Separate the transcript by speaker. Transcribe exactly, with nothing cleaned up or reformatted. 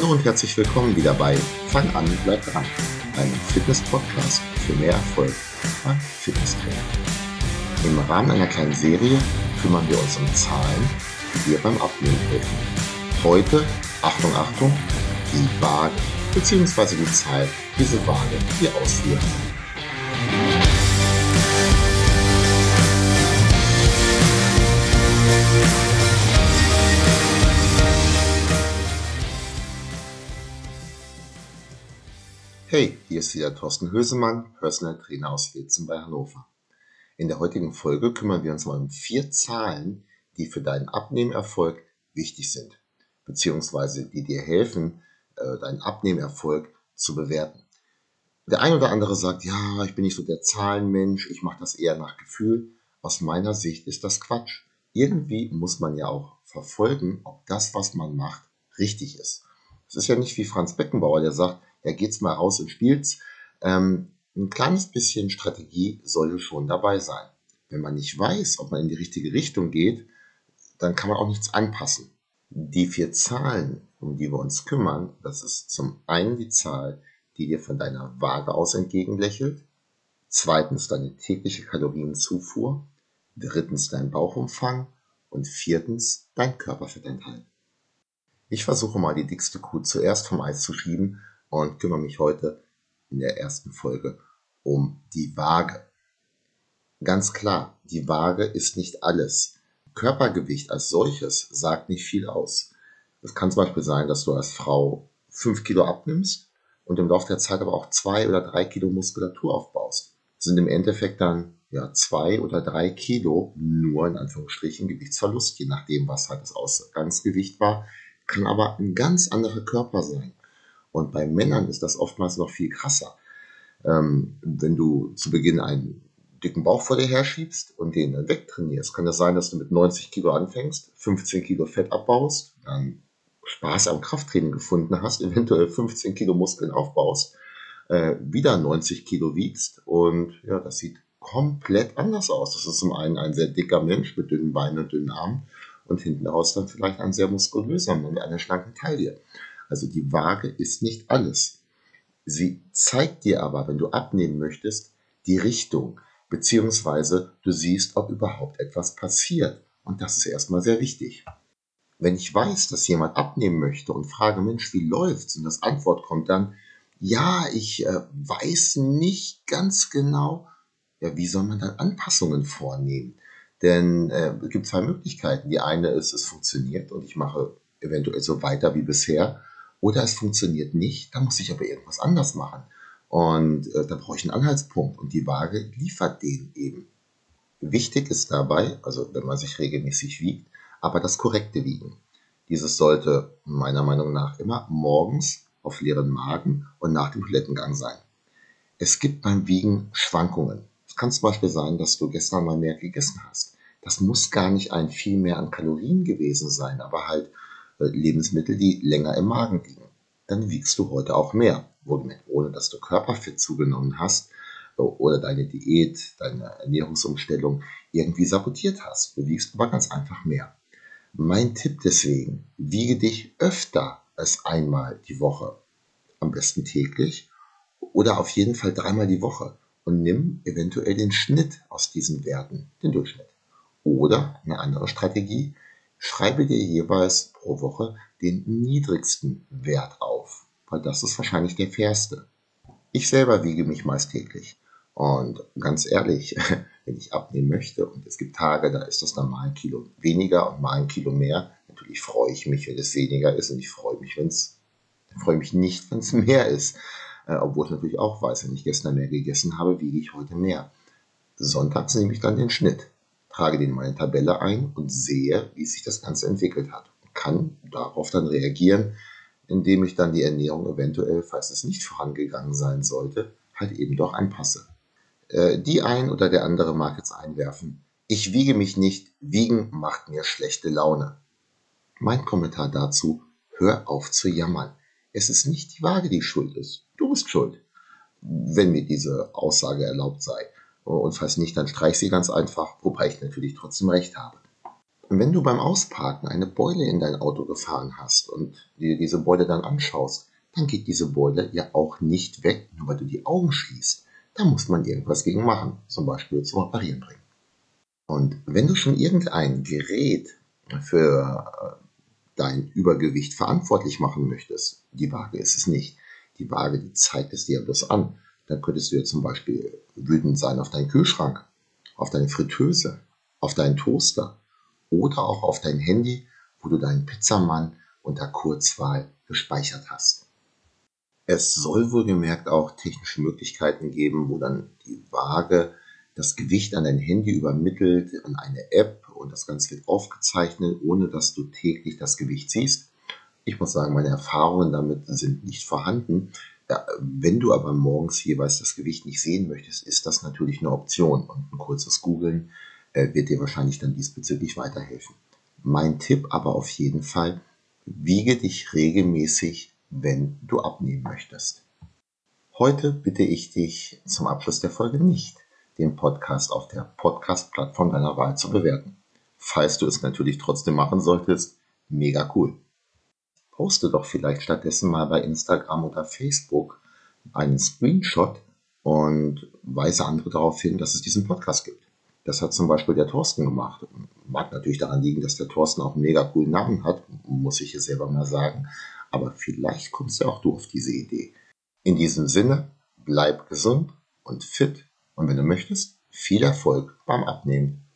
Speaker 1: Hallo und herzlich willkommen wieder bei Fang an, bleib dran, einem Fitness-Podcast für mehr Erfolg beim Fitnesstraining. Im Rahmen einer kleinen Serie kümmern wir uns um Zahlen, die dir beim Abnehmen helfen. Heute, Achtung, Achtung, die Waage bzw. die Zahl, diese Waage dir ausführt. Hey, hier ist wieder Thorsten Hösemann, Personal Trainer aus Weetzen bei Hannover. In der heutigen Folge kümmern wir uns mal um vier Zahlen, die für deinen Abnehmerfolg wichtig sind, beziehungsweise die dir helfen, deinen Abnehmerfolg zu bewerten. Der ein oder andere sagt, ja, ich bin nicht so der Zahlenmensch, ich mache das eher nach Gefühl. Aus meiner Sicht ist das Quatsch. Irgendwie muss man ja auch verfolgen, ob das, was man macht, richtig ist. Es ist ja nicht wie Franz Beckenbauer, der sagt, ja, geht's mal raus und spielt's. Ähm, ein kleines bisschen Strategie sollte schon dabei sein. Wenn man nicht weiß, ob man in die richtige Richtung geht, dann kann man auch nichts anpassen. Die vier Zahlen, um die wir uns kümmern, das ist zum einen die Zahl, die dir von deiner Waage aus entgegenlächelt, zweitens deine tägliche Kalorienzufuhr, drittens dein Bauchumfang und viertens dein Körperfettanteil. Ich versuche mal die dickste Kuh zuerst vom Eis zu schieben und kümmere mich heute in der ersten Folge um die Waage. Ganz klar, die Waage ist nicht alles. Körpergewicht als solches sagt nicht viel aus. Es kann zum Beispiel sein, dass du als Frau fünf Kilo abnimmst und im Laufe der Zeit aber auch zwei oder drei Kilo Muskulatur aufbaust. Das sind im Endeffekt dann ja zwei oder drei Kilo nur in Anführungsstrichen Gewichtsverlust, je nachdem, was halt das Ausgangsgewicht war, kann aber ein ganz anderer Körper sein. Und bei Männern ist das oftmals noch viel krasser. Ähm, wenn du zu Beginn einen dicken Bauch vor dir herschiebst und den dann wegtrainierst, kann das sein, dass du mit neunzig Kilo anfängst, fünfzehn Kilo Fett abbaust, dann Spaß am Krafttraining gefunden hast, eventuell fünfzehn Kilo Muskeln aufbaust, äh, wieder neunzig Kilo wiegst und ja, das sieht komplett anders aus. Das ist zum einen ein sehr dicker Mensch mit dünnen Beinen und dünnen Armen und hinten raus dann vielleicht ein sehr muskulöser Mann mit einer schlanken Taille. Also die Waage ist nicht alles. Sie zeigt dir aber, wenn du abnehmen möchtest, die Richtung, beziehungsweise du siehst, ob überhaupt etwas passiert. Und das ist erstmal sehr wichtig. Wenn ich weiß, dass jemand abnehmen möchte und frage, Mensch, wie läuft's? Und das Antwort kommt dann, ja, ich äh, weiß nicht ganz genau, ja, wie soll man dann Anpassungen vornehmen? Denn äh, es gibt zwei Möglichkeiten. Die eine ist, es funktioniert und ich mache eventuell so weiter wie bisher. Oder es funktioniert nicht, dann muss ich aber irgendwas anders machen. Und äh, da brauche ich einen Anhaltspunkt und die Waage liefert den eben. Wichtig ist dabei, also wenn man sich regelmäßig wiegt, aber das korrekte Wiegen. Dieses sollte meiner Meinung nach immer morgens auf leeren Magen und nach dem Toilettengang sein. Es gibt beim Wiegen Schwankungen. Es kann zum Beispiel sein, dass du gestern mal mehr gegessen hast. Das muss gar nicht ein viel mehr an Kalorien gewesen sein, aber halt Lebensmittel, die länger im Magen liegen. Dann wiegst du heute auch mehr, wohlgemerkt, ohne dass du Körperfett zugenommen hast oder deine Diät, deine Ernährungsumstellung irgendwie sabotiert hast. Du wiegst aber ganz einfach mehr. Mein Tipp deswegen, wiege dich öfter als einmal die Woche, am besten täglich oder auf jeden Fall dreimal die Woche und nimm eventuell den Schnitt aus diesen Werten, den Durchschnitt. Oder eine andere Strategie, schreibe dir jeweils pro Woche den niedrigsten Wert auf, weil das ist wahrscheinlich der fairste. Ich selber wiege mich meist täglich und ganz ehrlich, wenn ich abnehmen möchte und es gibt Tage, da ist das dann mal ein Kilo weniger und mal ein Kilo mehr, natürlich freue ich mich, wenn es weniger ist und ich freue mich, wenn es, freue mich nicht, wenn es mehr ist, äh, obwohl ich natürlich auch weiß, wenn ich gestern mehr gegessen habe, wiege ich heute mehr. Sonntags nehme ich dann den Schnitt, trage den in meine Tabelle ein und sehe, wie sich das Ganze entwickelt hat und kann darauf dann reagieren, indem ich dann die Ernährung eventuell, falls es nicht vorangegangen sein sollte, halt eben doch anpasse. Äh, die ein oder der andere mag jetzt einwerfen, ich wiege mich nicht, wiegen macht mir schlechte Laune. Mein Kommentar dazu, hör auf zu jammern. Es ist nicht die Waage, die schuld ist. Du bist schuld, wenn mir diese Aussage erlaubt sei. Und falls nicht, dann streich sie ganz einfach, wobei ich natürlich trotzdem recht habe. Wenn du beim Ausparken eine Beule in dein Auto gefahren hast und dir diese Beule dann anschaust, dann geht diese Beule ja auch nicht weg, nur weil du die Augen schließt. Da muss man irgendwas gegen machen, zum Beispiel zum Reparieren bringen. Und wenn du schon irgendein Gerät für äh, dein Übergewicht verantwortlich machen möchtest, die Waage ist es nicht. Die Waage, die zeigt es dir bloß an. Dann könntest du ja zum Beispiel wütend sein auf deinen Kühlschrank, auf deine Fritteuse, auf deinen Toaster oder auch auf dein Handy, wo du deinen Pizzamann unter Kurzwahl gespeichert hast. Es soll wohlgemerkt auch technische Möglichkeiten geben, wo dann die Waage das Gewicht an dein Handy übermittelt, an eine App, und das Ganze wird aufgezeichnet, ohne dass du täglich das Gewicht siehst. Ich muss sagen, meine Erfahrungen damit sind nicht vorhanden. Ja, wenn du aber morgens jeweils das Gewicht nicht sehen möchtest, ist das natürlich eine Option. Und ein kurzes Googlen äh, wird dir wahrscheinlich dann diesbezüglich weiterhelfen. Mein Tipp aber auf jeden Fall: wiege dich regelmäßig, wenn du abnehmen möchtest. Heute bitte ich dich zum Abschluss der Folge nicht, den Podcast auf der Podcast-Plattform deiner Wahl zu bewerten. Falls du es natürlich trotzdem machen solltest, mega cool. Poste doch vielleicht stattdessen mal bei Instagram oder Facebook einen Screenshot und weise andere darauf hin, dass es diesen Podcast gibt. Das hat zum Beispiel der Thorsten gemacht. Mag natürlich daran liegen, dass der Thorsten auch einen mega coolen Namen hat, muss ich hier selber mal sagen. Aber vielleicht kommst ja auch du auf diese Idee. In diesem Sinne, bleib gesund und fit und wenn du möchtest, viel Erfolg beim Abnehmen.